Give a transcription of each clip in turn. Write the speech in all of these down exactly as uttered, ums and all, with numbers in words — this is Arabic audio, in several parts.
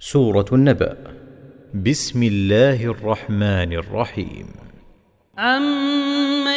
سورة النبأ. بسم الله الرحمن الرحيم. عَمَّ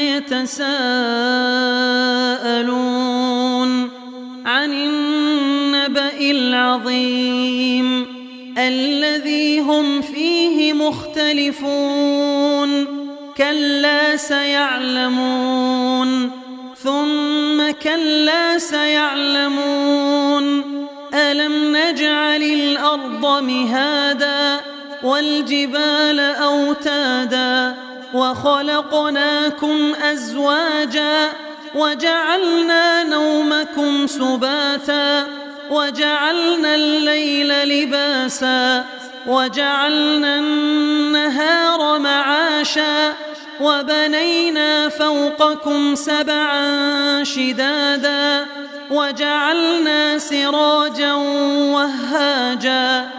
يتساءلون عن النبأ العظيم الذي هم فيه مختلفون كلا سيعلمون ثم كلا سيعلمون ألم نجعل الأرض مهادا والجبال أوتادا وخلقناكم أزواجا وجعلنا نومكم سباتا وجعلنا الليل لباسا وجعلنا النهار معاشا وبنينا فوقكم سبعا شدادا وجعلنا سراجا وهاجا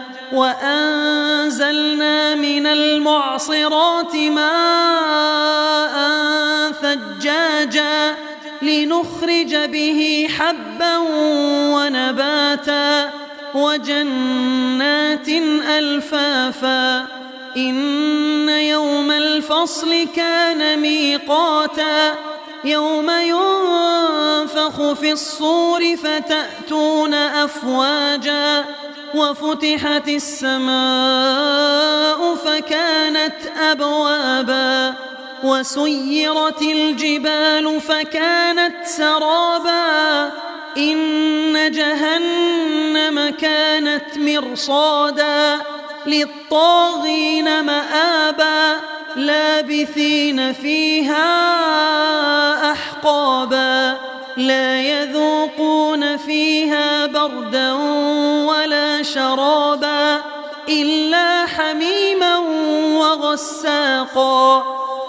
وأنزلنا من المعصرات ماء ثجاجا لنخرج به حبا ونباتا وجنات ألفافا إن يوم الفصل كان ميقاتا يوم ينفخ في الصور فتأتون أفواجا وفتحت السماء فكانت أبوابا وسيرت الجبال فكانت سرابا إن جهنم كانت مرصادا للطاغين مآبا لابثين فيها أحقابا لا يذوقون فيها بردا ولا شرابا إلا حميما وغساقا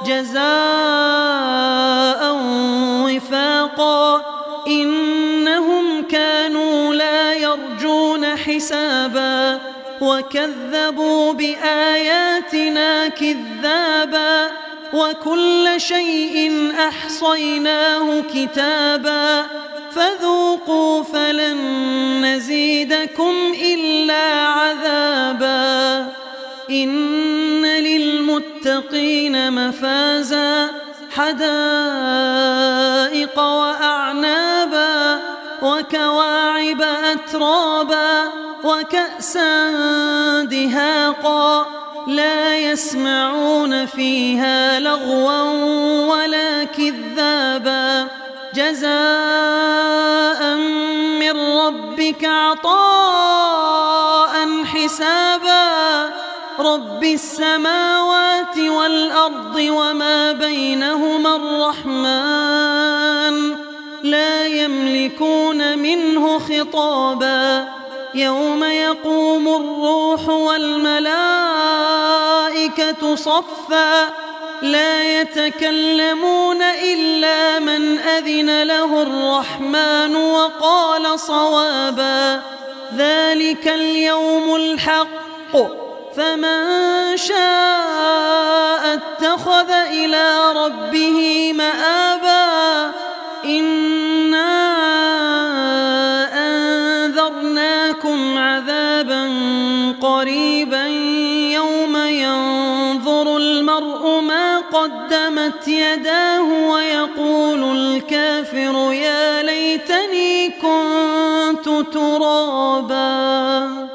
جزاء وفاقا إنهم كانوا لا يرجون حسابا وكذبوا بآياتنا كذابا وكل شيء أحصيناه كتابا فذوقوا فلن نزيدكم إلا عذابا إن للمتقين مفازا حدائق وأعنابا وكواعب أترابا وكأسا دهاقا لا يسمعون فيها لغوا ولا كذابا جزاء من ربك عطاء حسابا رب السماوات والأرض وما بينهما الرحمن لا يملكون منه خطابا يوم يقوم الروح والملائكة صفا لا يتكلمون إلا من أذن له الرحمن وقال صوابا ذلك اليوم الحق فمن شاء اتخذ إلى ربه مآبا إنا أنذرناكم عذابا قريبا يوم ينظر المرء ما قدمت يداه ويقول الكافر يا ليتني كنت ترابا.